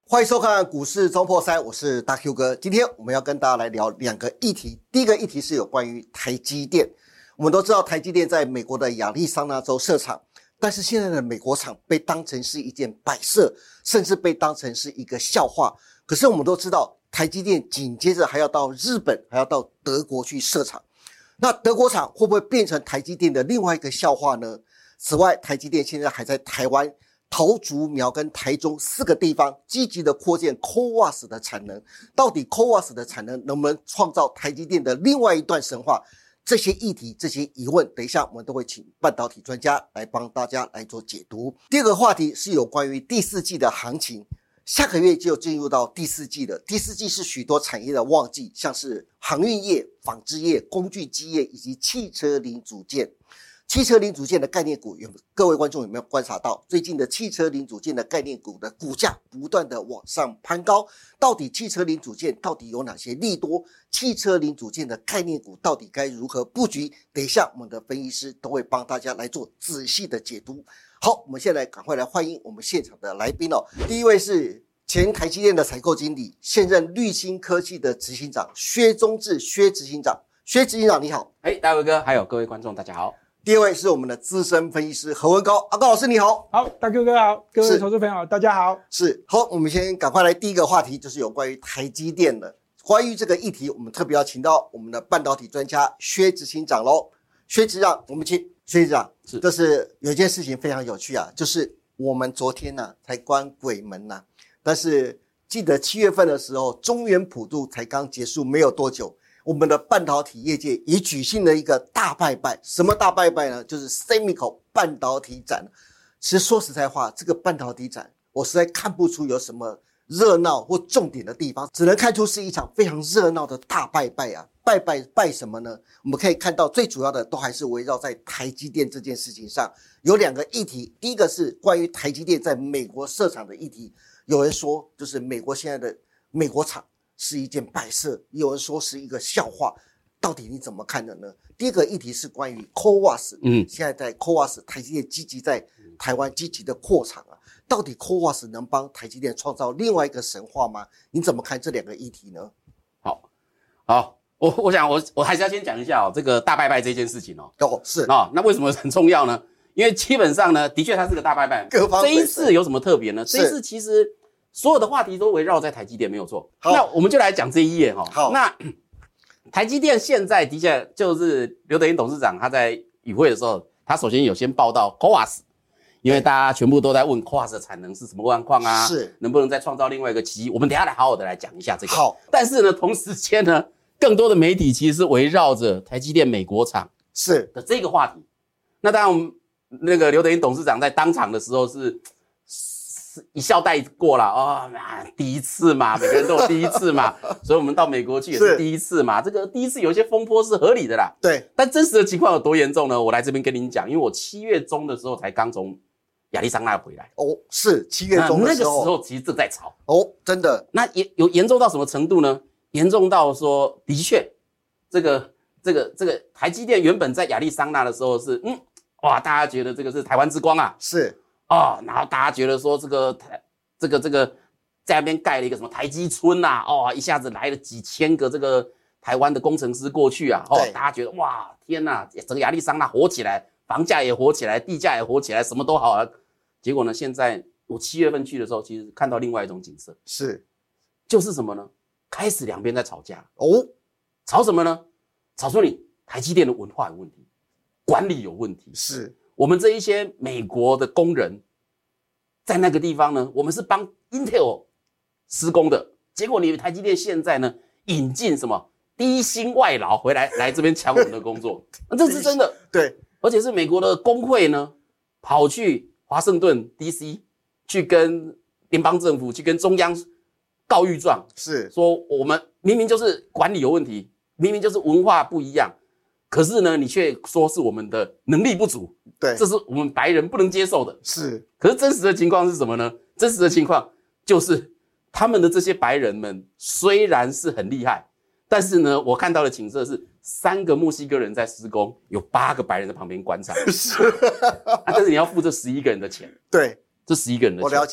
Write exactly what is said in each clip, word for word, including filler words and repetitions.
欢迎收看股市中破三，我是大 Q 哥。今天我们要跟大家来聊两个议题。第一个议题是有关于台积电。我们都知道台积电在美国的亚利桑那州设厂，但是现在的美国厂被当成是一件摆设，甚至被当成是一个笑话。可是我们都知道台积电紧接着还要到日本，还要到德国去设厂。那德国厂会不会变成台积电的另外一个笑话呢？此外，台积电现在还在台湾、桃竹苗跟台中四个地方积极的扩建 C O W A S 的产能，到底 C O W A S 的产能能不能创造台积电的另外一段神话？这些议题、这些疑问，等一下我们都会请半导体专家来帮大家来做解读。第二个话题是有关于第四季的行情，下个月就进入到第四季了。第四季是许多产业的旺季，像是航运业、纺织业、工具机业以及汽车零组件。汽车零组件的概念股，有各位观众有没有观察到最近的汽车零组件的概念股的股价不断的往上攀高？到底汽车零组件到底有哪些利多？汽车零组件的概念股到底该如何布局？等一下我们的分析师都会帮大家来做仔细的解读。好，我们现在赶快来欢迎我们现场的来宾哦。第一位是前台积电的采购经理，现任绿芯科技的执行长薛宗志，薛执行长。薛执行长你好。 哎，大卫哥还有各位观众大家好。 第二位是我们的资深分析师何文高，阿高老师你好。 好，大 Q 哥好，各位投资朋友大家好。 是，好，我们先赶快来第一个话题，就是有关于台积电的。关于这个议题，我们特别要请到我们的半导体专家薛执行长咯。薛执行长，我们请薛执行长。是，这是有一件事情非常有趣啊，就是我们昨天呢、啊、才关鬼门呐、啊，但是记得七月份的时候，中元普渡才刚结束没有多久。我们的半导体业界也举行了一个大拜拜，什么大拜拜呢？就是 Semiconductor 半导体展。其实说实在话，这个半导体展我实在看不出有什么热闹或重点的地方，只能看出是一场非常热闹的大拜拜啊！拜拜拜什么呢？我们可以看到最主要的都还是围绕在台积电这件事情上，有两个议题。第一个是关于台积电在美国设厂的议题，有人说就是美国现在的美国厂是一件摆设，有人说是一个笑话，到底你怎么看的呢？第一个议题是关于 C O W A S， 嗯，现在在 C O W A S 台积电积极在台湾积极的扩厂啊，到底 C O W A S 能帮台积电创造另外一个神话吗？你怎么看这两个议题呢？ 好，好，我我想我我还是要先讲一下哦，这个大拜拜这件事情哦， 哦是哦，那为什么很重要呢？因为基本上呢，的确它是个大拜拜， 各方这一次有什么特别呢？这一次其实所有的话题都围绕在台积电，没有错。那我们就来讲这一页哈。好，那台积电现在的确就是刘德音董事长他在与会的时候，他首先有先报道 C O W A S， 因为大家全部都在问 C O W A S 的产能是什么状况啊，是能不能再创造另外一个奇迹？我们等一下来好好的来讲一下这个。好，但是呢，同时间呢，更多的媒体其实是围绕着台积电美国厂是的这个话题。那当然，我们那个刘德音董事长在当场的时候是。一笑带过了哦，第一次嘛，每个人都有第一次嘛，所以我们到美国去也是第一次嘛。这个第一次有一些风波是合理的啦，对。但真实的情况有多严重呢？我来这边跟您讲，因为我七月中的时候才刚从亚利桑那回来。哦，是七月中的时候，那个时候其实正在吵哦，真的。那也有严重到什么程度呢？严重到说，的确，这个这个这个台积电原本在亚利桑那的时候是，嗯，哇，大家觉得这个是台湾之光啊，是。哦，然后大家觉得说这个台这个这个在那边盖了一个什么台积村呐、啊，哦，一下子来了几千个这个台湾的工程师过去啊，哦，大家觉得哇，天哪，整个亚利桑那火起来，房价也火起来，地价也火起来，什么都好啊。结果呢，现在我七月份去的时候，其实看到另外一种景色，是，就是什么呢？开始两边在吵架哦，吵什么呢？吵说你台积电的文化有问题，管理有问题，是。我们这一些美国的工人，在那个地方呢，我们是帮 Intel 施工的，结果你台积电现在呢，引进什么低薪外劳回来来这边抢我们的工作，这是真的。对，而且是美国的工会呢，跑去华盛顿 D C 去跟联邦政府去跟中央告御状，是说我们明明就是管理有问题，明明就是文化不一样。可是呢，你却说是我们的能力不足，对，这是我们白人不能接受的。是，可是真实的情况是什么呢？真实的情况就是他们的这些白人们虽然是很厉害，但是呢，我看到的景色是三个墨西哥人在施工，有八个白人在旁边观察。是，啊，但是你要付这十一个人的钱。对，这十一个人的钱。我了解。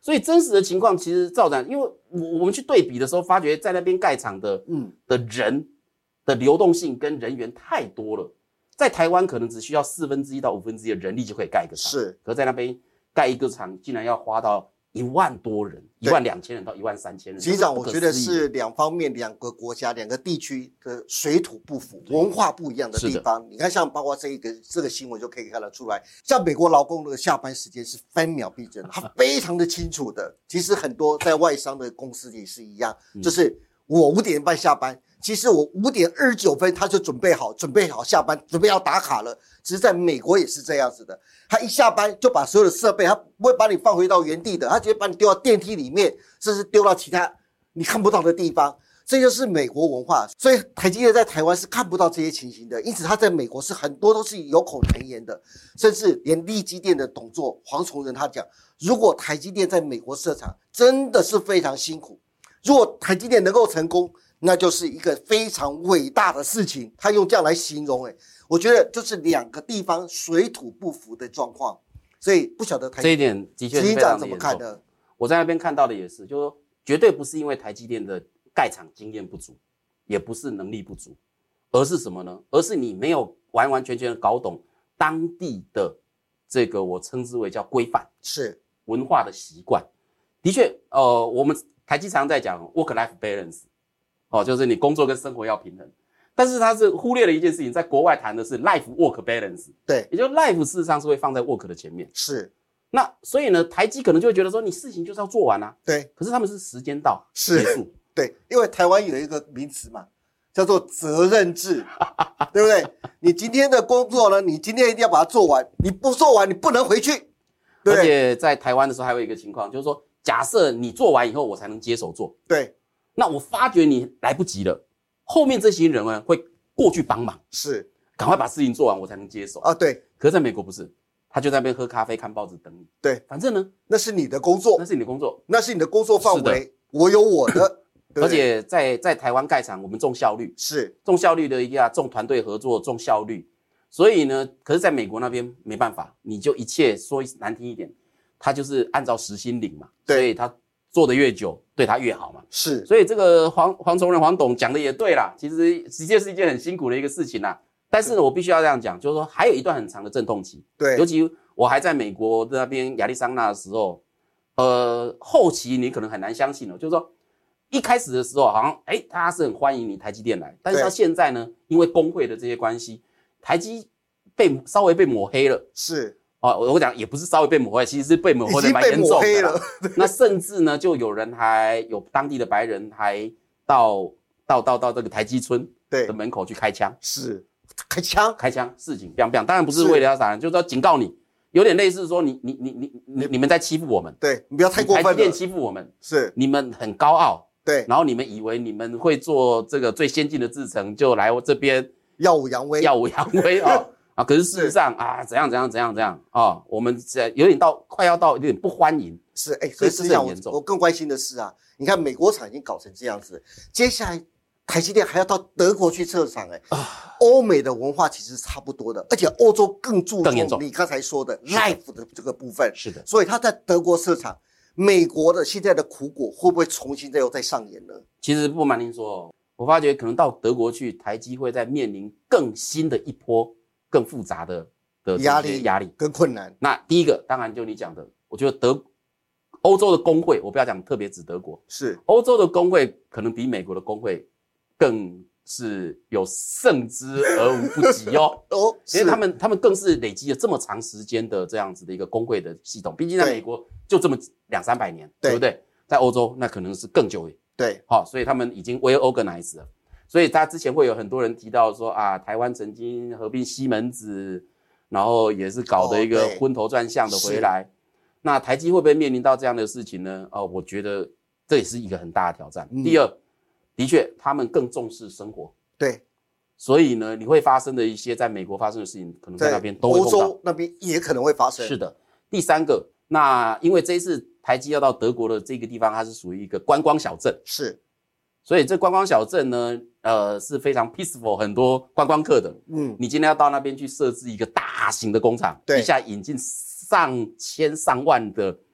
所以真实的情况其实照展，因为我我们去对比的时候，发觉在那边盖厂的嗯的人的流动性跟人员太多了，在台湾可能只需要四分之一到五分之一的人力就可以盖一个厂， 是， 可在那边盖一个厂竟然要花到一万多人，一万两千人到一万三千人。 局长，我觉得是两方面、两个国家、两个地区的水土不服、文化不一样的地方。你看，像包括这一个这个新闻就可以看得出来，像美国劳工的下班时间是分秒必争，他非常的清楚的。其实很多在外商的公司也是一样，就是我五点半下班。其实我五点二十九分他就准备好，准备好下班，准备要打卡了。只是在美国也是这样子的，他一下班就把所有的设备，他不会把你放回到原地的，他直接把你丢到电梯里面，甚至丢到其他你看不到的地方。这就是美国文化，所以台积电在台湾是看不到这些情形的，因此他在美国是很多都是有口难言的，甚至连力积电的董座黄崇仁他讲，如果台积电在美国设厂，真的是非常辛苦。如果台积电能够成功，那就是一个非常伟大的事情。他用这样来形容，诶，我觉得就是两个地方水土不服的状况，所以不晓得台积这一点的确是非常的严重。 怎么看呢？ 我在那边看到的也是，就是说绝对不是因为台积电的盖厂经验不足，也不是能力不足，而是什么呢？而是你没有完完全全的搞懂当地的这个我称之为叫规范， 是文化的习惯。的确，呃，我们台积常在讲 work-life balance。哦，就是你工作跟生活要平衡，但是他是忽略了一件事情，在国外谈的是 life work balance， 对， 也就是 life 事实上是会放在 work 的前面， 是。 那所以呢，台积可能就会觉得说，你事情就是要做完啊， 对， 可是他们是时间到是结束， 对，因为台湾有一个名词嘛，叫做责任制，对不对？你今天的工作呢，你今天一定要把它做完，你不做完你不能回去，对。 而且在台湾的时候还有一个情况，就是说，假设你做完以后我才能接手做， 对。 那我发觉你来不及了，后面这些人呢会过去帮忙， 是赶快把事情做完，我才能接手啊。对， 可是在美国不是，他就在那边喝咖啡、看报纸等你。 对， 反正呢， 那是你的工作， 那是你的工作， 那是你的工作范围，我有我的。对而且在在台湾盖厂，我们重效率， 是重效率的一个重团队合作，重效率。所以呢，可是在美国那边没办法，你就一切说难听一点，他就是按照时薪领嘛，所以他做得越久，对他越好嘛。 是， 所以这个黄黄崇仁黄董讲的也对啦，其实的确是一件很辛苦的一个事情啦。但是呢，我必须要这样讲，就是说还有一段很长的阵痛期。 对， 尤其我还在美国那边亚利桑那的时候，呃，后期你可能很难相信了，就是说一开始的时候好像哎大家是很欢迎你台积电来，但是到现在呢，因为工会的这些关系，台积被稍微被抹黑了。 是。 哦，我讲也不是稍微被抹黑，其实是被抹黑的蛮严重的了。那甚至呢，就有人还有当地的白人还到到到到这个台积村的门口去开枪， 是开枪开枪示警 ，biang biang， 当然不是为了要杀人，就是说警告你，有点类似说你你你你你你们在欺负我们， 对你不要太过分了， 台积电欺负我们， 是你们很高傲， 对， 然后你们以为你们会做这个最先进的制程，就来我这边耀武扬威， 耀武扬威啊。啊，可是事实上啊，怎样怎样怎样怎样啊，我们有点到快要到有点不欢迎， 是哎，所以实际上我我更关心的是啊，你看美国厂已经搞成这样子，接下来台积电还要到德国去设厂，哎，欧美的文化其实差不多的，而且欧洲更注重你刚才说的 life 的这个部分， 是的， 所以他在德国设厂，美国的现在的苦果会不会重新再又再上演呢？ 其实不瞒您说，我发觉可能到德国去，台积会在面临更新的一波。更复杂的的压力、 压力跟困难。 那第一个，当然就你讲的，我觉得德欧洲的工会，我不要讲特别指德国， 是欧洲的工会可能比美国的工会更是有胜之而无不及哦。 哦， 因为他们他们更是累积了这么长时间的这样子的一个工会的系统，毕竟在美国就这么两三百年， 对, 对不对？在欧洲那可能是更久， 对， 好、哦，所以他们已经 well organized 了。所以他之前会有很多人提到说啊，台湾曾经合并西门子，然后也是搞得一个昏头转向的回来。哦、那台积会不会面临到这样的事情呢？哦，我觉得这也是一个很大的挑战。嗯、第二，的确他们更重视生活。 对， 所以呢，你会发生的一些在美国发生的事情，可能在那边都会碰到。 欧洲那边也可能会发生。 是的。第三个，那因为这一次台积要到德国的这个地方，它是属于一个观光小镇。 是。 所以这观光小镇呢，呃，是非常 peaceful， 很多观光客的。嗯，你今天要到那边去设置一个大型的工厂， 对， 一下引进上千上万的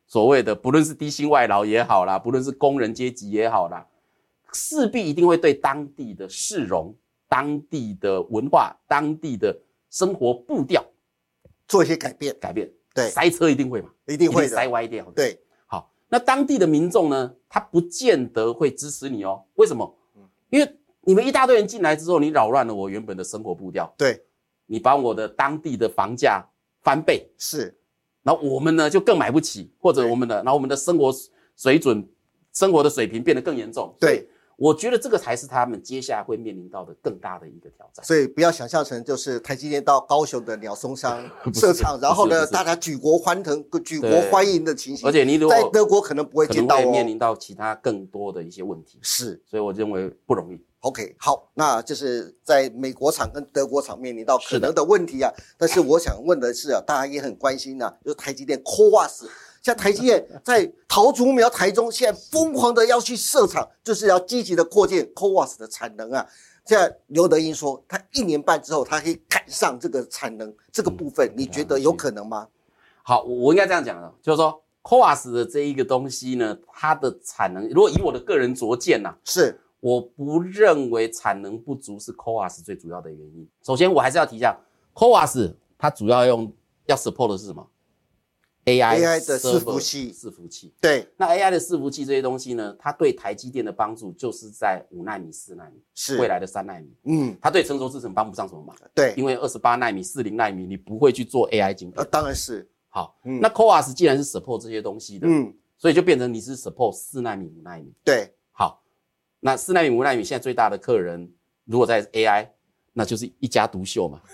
所谓的不论是低薪外劳也好啦，不论是工人阶级也好啦，势必一定会对当地的市容、当地的文化、当地的生活步调做一些改变。 改变， 对， 塞车一定会嘛， 一定会的， 塞歪掉。 对， 好，那当地的民众呢，他不见得会支持你哦。为什么？因为你们一大堆人进来之后，你扰乱了我原本的生活步调。 对， 你把我的当地的房价翻倍， 是， 然后我们呢就更买不起，或者我们的，然后我们的生活水准、生活的水平变得更严重。 对。 我觉得这个才是他们接下来会面临到的更大的一个挑战。 所以不要想象成就是台积电到高雄的鸟松山设厂，然后呢大家举国欢腾、举国欢迎的情形。 而且你如果在德国可能不会见到哦， 可能会面临到其他更多的一些问题。 是， 所以我认为不容易。 OK， 好，那就是在美国厂跟德国厂面临到可能的问题啊。但是我想问的是啊，大家也很关心啊，就是台积电 C O A S。像台积电在桃竹苗、台中，现在疯狂的要去设厂，就是要积极的扩建 C O A S 的产能啊。现在刘德音说，他一年半之后，他可以赶上这个产能这个部分，嗯、你觉得有可能吗？ 好，我应该这样讲的，就是说 C O A S 的这一个东西呢，它的产能，如果以我的个人拙见呐、啊， 是我不认为产能不足是 C O A S 最主要的原因。首先，我还是要提一下 C O A S 它主要用要 support 的是什么？A I, A I 的伺服器， 伺服器。 对， 那 A I 的伺服器这些东西呢，它对台积电的帮助就是在五奈米、四奈米， 是未来的三奈米。 嗯， 它对成熟制程帮不上什么忙。 对， 因为二十八奈米、四十奈米，你不会去做 A I 晶片。 呃，当然是。 好， 嗯、 那 C O A S 既然是 support 这些东西的， 嗯， 所以就变成你是 support 四奈米、五奈米。 对， 好，那四奈米、五奈米现在最大的客人，如果在 A I， 那就是一家独秀嘛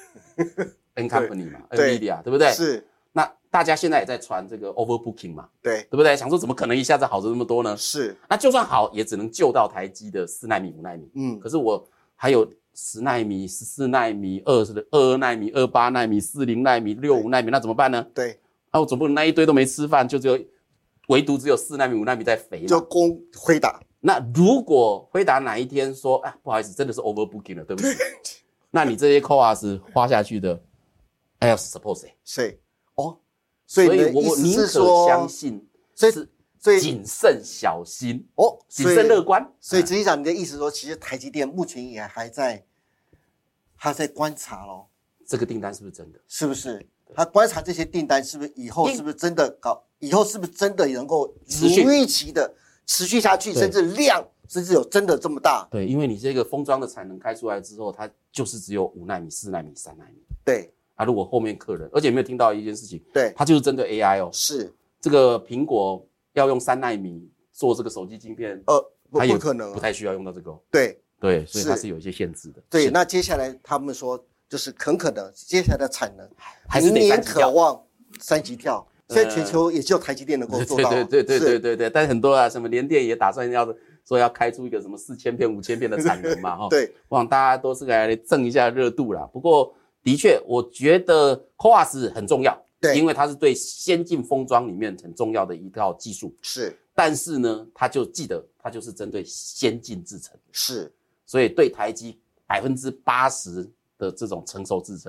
，N company 嘛 ，NVIDIA 对不对？ 是。 那大家现在也在传这个 overbooking 嘛， 对， 对不对？想说怎么可能一下子好这么多呢？ 是， 那就算好，也只能救到台积的四奈米、五奈米。 嗯， 可是我还有十奈米、十四奈米、二十二二奈米、二八奈米、四零奈米、六五奈米，那怎么办呢？ 对， 那、啊、我总不能那一堆都没吃饭，就只有唯独只有四奈米、五奈米在肥嘛， 就攻辉达。 那如果辉达哪一天说，啊，不好意思，真的是 overbooking 了，对不起，那你这些 C O A S 花下去的，还要 support 谁？ 谁？哦。所以我我宁可相信， 所以所以谨慎小心哦， 谨慎乐观。 所以执行长，你的意思说，其实台积电目前也还在还在观察咯， 这个订单是不是真的？ 是不是？他观察这些订单是不是以后是不是真的搞？以后是不是真的能够如预期的持续下去，甚至量甚至有真的这么大？ 对，因为你这个封装的产能开出来之后，它就是只有五奈米、四奈米、三奈米。 对。 啊，如果后面客人，而且有没有听到一件事情？ 对， 它就是针对 A I 哦。 是这个苹果要用三奈米做这个手机晶片， 呃， 它也不可能、啊， 不太需要用到这个、哦。 对对，所以它是有一些限制的。 对，那接下来他们说，就是很可能接下来的产能还是得三级跳， 渴望三级跳。现在全球也只有台积电能够做到。 对对对对对对对，但是很多啊，什么联电也打算要说要开出一个什么四千片、五千片的产能嘛，哈。 对， 我想大家都是来蹭一下热度啦。不过。的确，我觉得 C O A S 很重要， 对， 因为它是对先进封装里面很重要的一套技术。 是， 但是呢，它就记得它就是针对先进制程， 是， 所以对台积百分之八十的这种成熟制程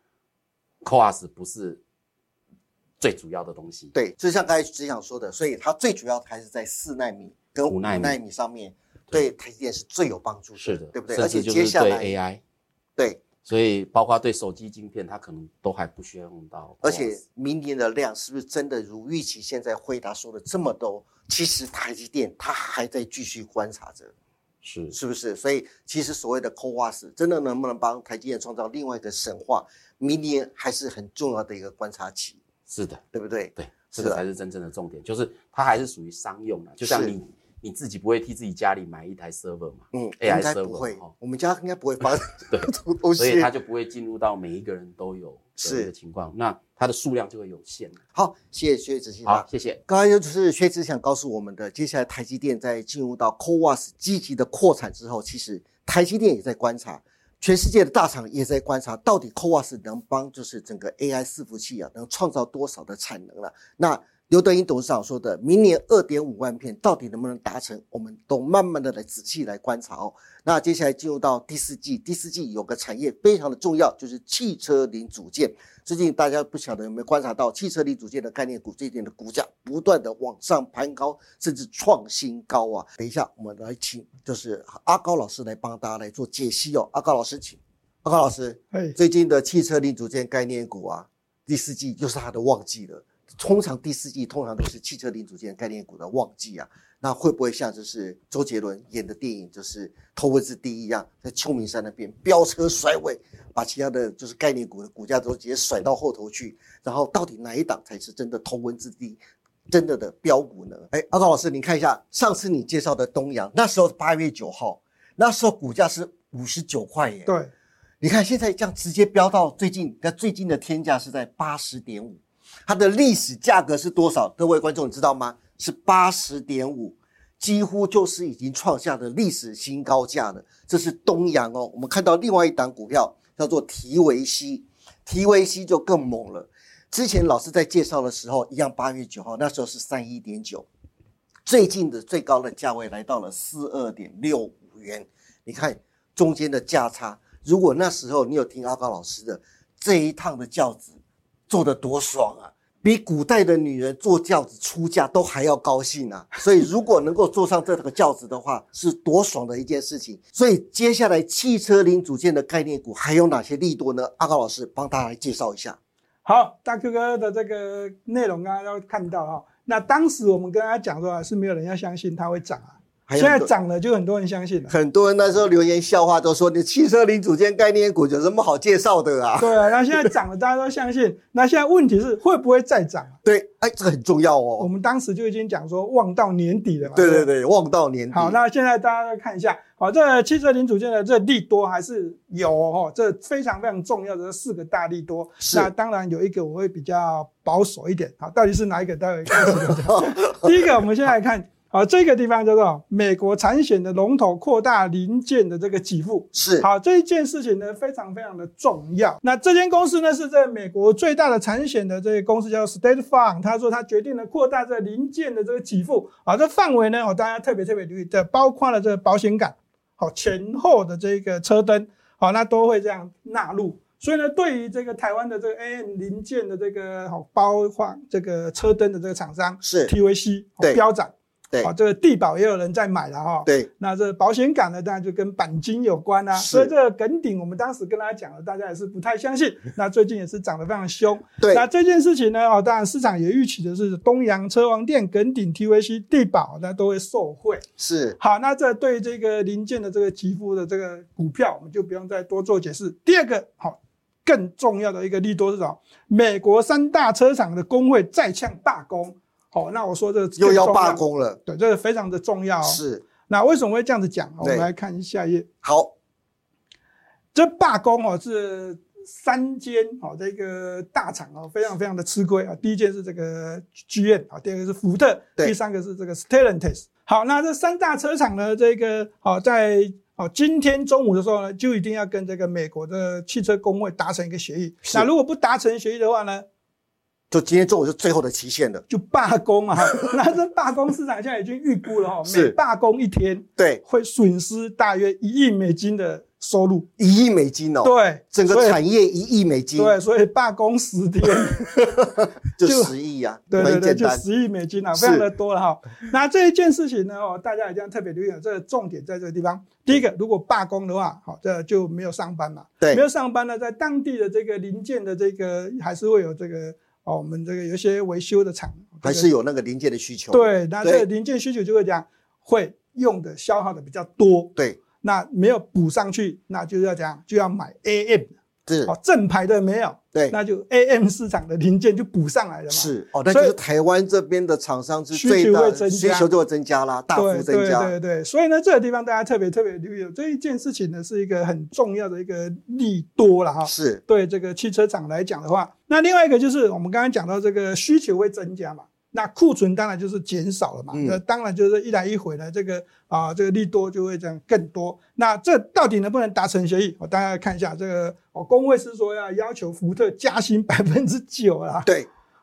，C O A S 不是最主要的东西。 对，就像刚才只想说的，所以它最主要还是在四奈米跟五奈米上面，对台积电是最有帮助的， 是的， 对不对？而且接下来对 A I， 对。 所以包括对手机晶片，它可能都还不需要用到。 而且明年的量是不是真的如预期？现在辉达说的这么多，其实台积电它还在继续观察着， 是是不是？所以其实所谓的 C O A S 真的能不能帮台积电创造另外一个神话？明年还是很重要的一个观察期。 是的， 对不对？ 对，这个才是真正的重点，就是它还是属于商用的，就像你。你自己不会替自己家里买一台 server 嘛？ 嗯 ，A I 应该 server 不会，我们家应该不会发对这种东西， 所以它就不会进入到每一个人都有的情况，那它的数量就会有限。 好，谢谢薛执行长。 好，谢谢。 刚才就是薛执想告诉我们的，接下来台积电在进入到 C O A S 积极的扩产之后，其实台积电也在观察，全世界的大厂也在观察，到底 C O A S 能帮就是整个 A I 伺服器啊，能创造多少的产能了？那刘德英董事长说的，明年 二点五万片到底能不能达成，我们都慢慢的来仔细来观察哦。那接下来进入到第四季，第四季有个产业非常的重要，就是汽车零组件。最近大家不晓得有没有观察到，汽车零组件的概念股这一点的股价不断的往上攀高，甚至创新高啊。等一下我们来请就是阿高老师来帮大家来做解析哦。阿高老师请。阿高老师，最近的汽车零组件概念股啊，第四季又是它的旺季了。通常第四季通常都是汽车零组件概念股的旺季啊，那会不会像就是周杰伦演的电影就是头文字 D 一样，在秋名山那边飙车甩尾，把其他的就是概念股的股价都直接甩到后头去，然后到底哪一档才是真的头文字 D 真的的标股呢？哎，阿高老师您看一下，上次你介绍的东阳，那时候八月九号，那时候股价是五十九块耶。 对， 你看现在这样直接飙到最近，那最近的天价是在 八十点五。它的历史价格是多少？各位观众你知道吗？是 八十点五， 几乎就是已经创下了历史新高价了。这是东阳哦。我们看到另外一档股票叫做提维西，提维西就更猛了。之前老师在介绍的时候一样，八月九号那时候是 三十一点九， 最近的最高的价位来到了 四十二点六五元。你看中间的价差，如果那时候你有听阿高老师的，这一趟的轿子做得多爽啊，比古代的女人坐轿子出嫁都还要高兴啊。所以如果能够坐上这个轿子的话，是多爽的一件事情。所以接下来汽车零组件的概念股还有哪些利多呢？阿高老师帮大家来介绍一下。 好，大 Q 哥的这个内容刚刚要看到哈，那当时我们跟他讲说是没有人要相信它会涨啊，现在涨了就很多人相信了。 很多人那时候留言笑话都说，你汽车零组件概念股有什么好介绍的啊？ 对啊，那现在涨了大家都相信，那现在问题是会不会再涨？ 对，哎，这个很重要哦。 我们当时就已经讲说望到年底了嘛。 对对对，望到年底。 好，那现在大家来看一下，好，这汽车零组件的这利多还是有哦，这非常非常重要的四个大利多。那当然有一个我会比较保守一点，好，到底是哪一个？待会看。第一个，我们先来看。好，这个地方叫做美国产险的龙头扩大零件的这个给付。 是。 好，这一件事情呢非常非常的重要。那这间公司呢是在美国最大的产险的这个公司叫 State Farm， 他说他决定了扩大这零件的这个给付。好，这范围呢，大家特别特别留意，这包括了这个保险杆，好，前后的这个车灯，好，那都会这样纳入。所以呢，对于这个台湾的这个 A M 零件的这个好包括这个车灯的这个厂商是 T V C 标展。 对， 好，这个地保也有人在买了哈。 对， 那这保险杆呢，当然就跟钣金有关啊。所以这个耿鼎，我们当时跟大家讲了，大家也是不太相信。那最近也是涨得非常凶。 对， 那这件事情呢，哦，当然市场也预期的是东阳、车王店、耿鼎、T V C、地保，那都会受惠。 是。 好，那这对这个零件的这个给付的这个股票，我们就不用再多做解释。第二个，好，更重要的一个利多是什么？美国三大车厂的工会再呛罢工。好，那我说这又要罢工了， 对，这个非常的重要哦。 是， 那为什么会这样子讲？我们来看下一页。 好， 这罢工哦是三间哦这个大厂哦非常非常的吃亏啊。第一件是这个 G M 啊，第二个是福特，第三个是这个 Stellantis。好，那这三大车厂呢，这个好在哦今天中午的时候呢，就一定要跟这个美国的汽车工会达成一个协议。那如果不达成协议的话呢？ 就今天中午是最后的期限了， 就罢工啊！那这罢工市场现在已经预估了哈，每罢工一天， 对， 会损失大约一亿美金的收入。 一亿美金哦， 对， 整个产业一亿美金， 对，所以罢工十天就十亿啊， 对对对，就十亿美金啊，非常的多了哈。那这一件事情呢，哦，大家一定要特别留意，这个重点在这个地方。第一个，如果罢工的话，好，这就没有上班嘛， 对， 没有上班呢，在当地的这个零件的这个还是会有这个。哦，我们这个有一些维修的厂、这个、 还是有那个零件的需求。 对，那这个零件需求就会讲会用的消耗的比较多。 对， 那没有补上去，那就是要讲就要买 A M。 是， 哦，正牌的没有， 对， 那就 A M 市场的零件就补上来了嘛。 是，哦，那就是台湾这边的厂商是最大的需求就会增加啦，大幅增加。 对对对对，所以呢，这个地方大家特别特别留意，这一件事情呢是一个很重要的一个利多了哈。 是，对这个汽车厂来讲的话，那另外一个就是我们刚刚讲到这个需求会增加嘛。那库存当然就是减少了嘛，那、嗯、当然就是一来一回的这个啊，这个利多就会这样更多。那这到底能不能达成协议？我大家看一下这个哦，工会是说要要求福特加薪百分之九啦。 对，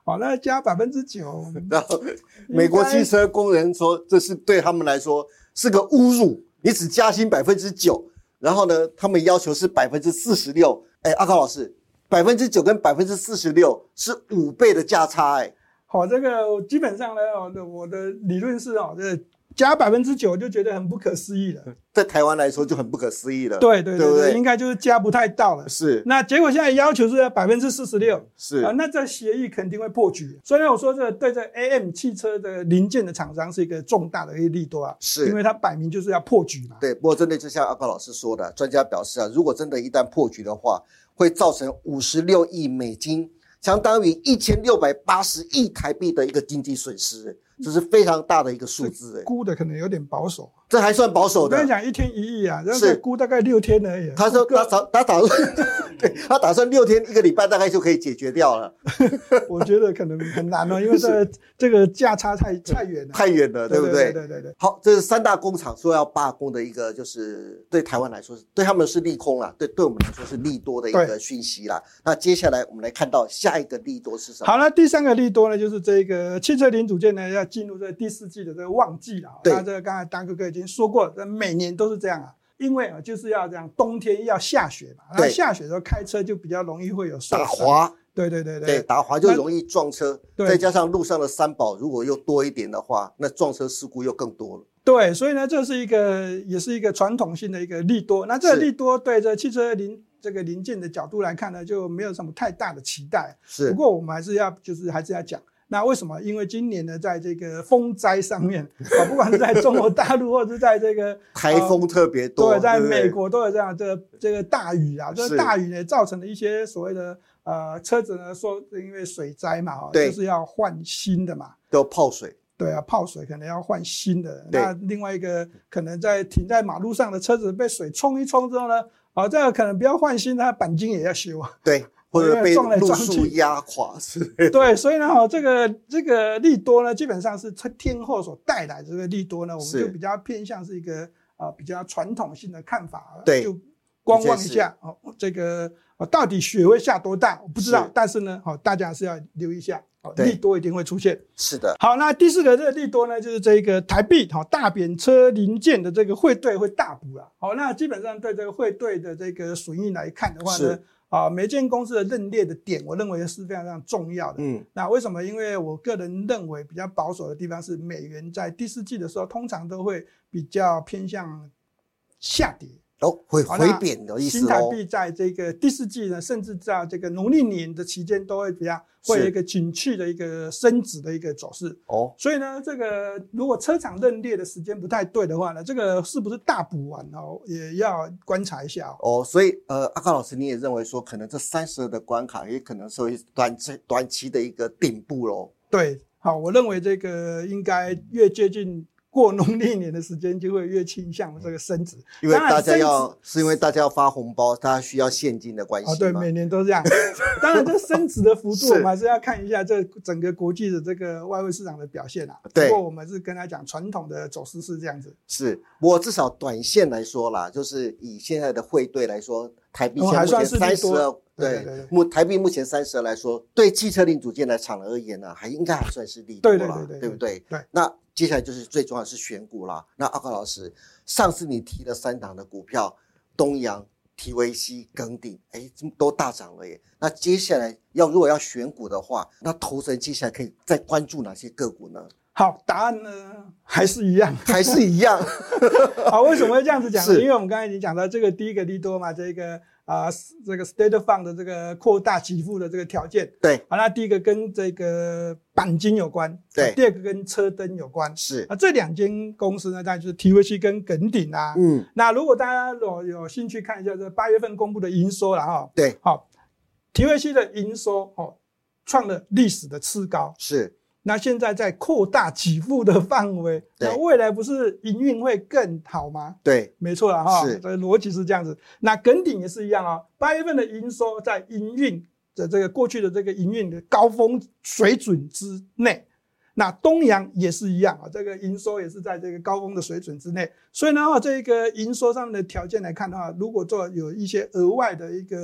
好，那加百分之九， 然后美国汽车工人说，这是对他们来说是个侮辱。你只加薪百分之九，然后呢，他们要求是百分之四十六。哎，阿高老师，百分之九跟百分之四十六是五倍的价差，哎。 好，这个基本上呢，我的理论是哦，这加百分之九就觉得很不可思议了。 在台湾来说就很不可思议了。 对对 对, 对, 对， 应该就是加不太到了。 是。 那结果现在要求是要百分之四十六。 是啊，那这协议肯定会破局。所以呢，我说这对这 A M 汽车的零件的厂商是一个重大的一个利多啊。 是。 因为它摆明就是要破局嘛。 对，不过真的就像阿高老师说的，专家表示啊，如果真的一旦破局的话，会造成五十六亿美金。相当于一千六百八十亿台币的一个经济损失，这是非常大的一个数字。 估的可能有点保守， 这还算保守的。 我跟你讲，一天一亿啊，然后估大概六天而已。 他说他打他打算，对他打算六天一个礼拜大概就可以解决掉了。 我觉得可能很难哦，因为这个这个价差太太远了， 太远了，对不对？ 对对对对。 好，这是三大工厂说要罢工的一个，就是对台湾来说是对他们是利空啦，对对我们来说是利多的一个讯息啦。那接下来我们来看到下一个利多是什么？ 好，那第三个利多呢，就是这个汽车零组件呢要进入这个第四季的这个旺季了。 对， 那这个刚才丹哥哥已经说过，每年都是这样啊，因为啊就是要这样，冬天要下雪嘛，那下雪的时候开车就比较容易会有受伤打滑。 对对对 对, 对，打滑就容易撞车，再加上路上的三宝如果又多一点的话，那撞车事故又更多了。 对，所以呢，这是一个也是一个传统性的一个利多。那这个利多对这汽车零这个零件的角度来看呢，就没有什么太大的期待。 是， 不过我们还是要就是还是要讲。那为什么？因为今年呢，在这个风灾上面啊，不管是在中国大陆或者是在这个台风特别多， 呃、对，在美国都有这样这个这个大雨啊，这个大雨呢造成了一些所谓的呃车子呢说因为水灾嘛，哦，就是要换新的嘛， 都泡水。 对啊，泡水可能要换新的。那另外一个可能在停在马路上的车子被水冲一冲之后呢，啊，这个可能不要换新，它钣金也要修啊。 对。或者被路树压垮是。 对，所以呢，这个这个利多呢，基本上是天后所带来的这个利多呢，我们就比较偏向是一个啊、呃、比较传统性的看法， 对， 就观望一下哦，这个、哦、到底雪会下多大，我不知道，但是呢，好、哦，大家还是要留意一下，哦，利多一定会出现。 是的。 好，那第四个这个利多呢，就是这个台币好、哦、大扁车零件的这个汇兑会大补了。好，那基本上对这个汇兑的这个损益来看的话呢。啊，每间公司的认列的点，我认为是非常非常重要的。嗯，那为什么？因为我个人认为比较保守的地方是，美元在第四季的时候，通常都会比较偏向下跌。 哦，会回贬的意思哦。 新台币在这个第四季呢，甚至在这个农历年的期间，都会比较会有一个景气的一个升值的一个走势。哦，所以呢，这个如果车厂认列的时间不太对的话呢，这个是不是大补完哦，也要观察一下哦。哦，所以呃，阿高老师你也认为说，可能这三十的关卡也可能是短短期的一个顶部咯。 对，好，我认为这个应该越接近过农历年的时间，就会越倾向这个升值， 因为大家要是因为大家要发红包，大家需要现金的关系。 哦，对，每年都这样。当然，这升值的幅度，我们还是要看一下这整个国际的这个外汇市场的表现啊。对，不过我们是跟他讲，传统的走势是这样子。 是，不过至少短线来说啦，就是以现在的汇兑来说，台币现在目前三十二。对，目台币目前三十来说，对汽车零组件的厂而言呢、啊，还应该还算是利多啦，对对对对，对不对？ 对。 那接下来就是最重要的是选股啦。那阿高老师，上次你提了三档的股票，东阳、T V C、耿鼎，哎，都大涨了耶。那接下来要如果要选股的话，那投资人接下来可以再关注哪些个股呢？ 好，答案呢还是一样， 还是一样。 好，为什么会这样子讲呢？因为我们刚才已经讲到这个第一个利多嘛，这个啊、呃，这个 State Fund 的这个扩大给付的这个条件。 对， 好，那第一个跟这个钣金有关， 对， 第二个跟车灯有关。 是啊，这两间公司呢，当然就是 T V C 跟耿鼎啊。嗯，那如果大家有有兴趣看一下这八月份公布的营收了哈， 对， 好 ，T V C 的营收哦创了历史的次高。 是。 那现在在扩大给付的范围，那未来不是营运会更好吗？ 对， 没错啦哈，这个逻辑是这样子。那耿鼎也是一样啊，八月份的营收在营运的这个过去的这个营运的高峰水准之内，那东阳也是一样啊，这个营收也是在这个高峰的水准之内。所以呢，这个营收上面的条件来看的话，如果做有一些额外的一个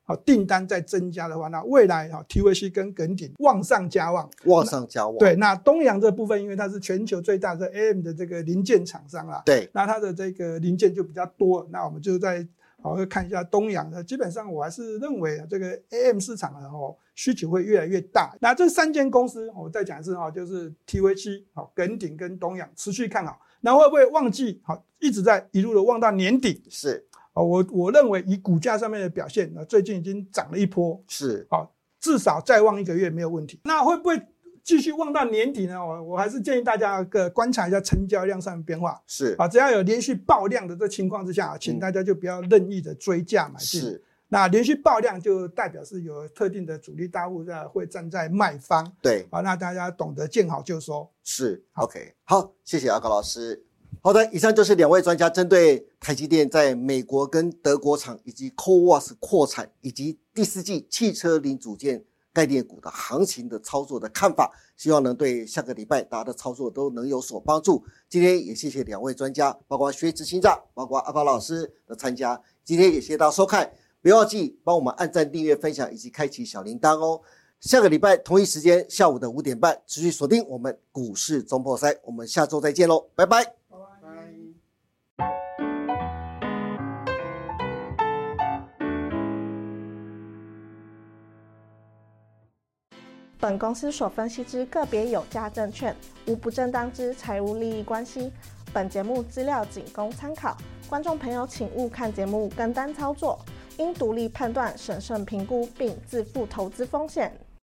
好，订单在增加的话，那未来哈 T V C 跟耿鼎旺上加旺， 旺上加旺。 对，那东阳这部分，因为它是全球最大的 A M 的这个零件厂商啦， 对， 那它的这个零件就比较多，那我们就在好会看一下东阳的，基本上我还是认为这个 A M 市场的哦需求会越来越大。那这三间公司我再讲一次哈，就是 T V C 好、耿鼎跟东阳持续看好，那会不会旺季好一直在一路的旺到年底？ 是。 哦，我我认为以股价上面的表现，那最近已经涨了一波， 是， 好、哦，至少再旺一个月没有问题。那会不会继续旺到年底呢？我我还是建议大家个观察一下成交量上的变化。 是， 啊，只要有连续爆量的这情况之下，请大家就不要任意的追价买进。 是， 那连续爆量就代表是有特定的主力大户在会站在卖方。 对， 好，那大家懂得见好就收。 是 ，OK， 好，谢谢阿高老师。好的，以上就是两位专家针对台积电在美国跟德国厂以及 C O W A S 扩产以及第四季汽车零组件概念股的行情的操作的看法，希望能对下个礼拜大家的操作都能有所帮助。今天也谢谢两位专家，包括薛执行长，包括阿高老师的参加。今天也谢谢大家收看，不要忘记帮我们按赞、订阅、分享以及开启小铃铛哦。下个礼拜同一时间下午的五点半，持续锁定我们股市中破塞，我们下周再见喽，拜拜。 本公司所分析之个别有价证券，无不正当之财务利益关系。本节目资料仅供参考，观众朋友请勿看节目跟单操作，应独立判断、审慎评估并自负投资风险。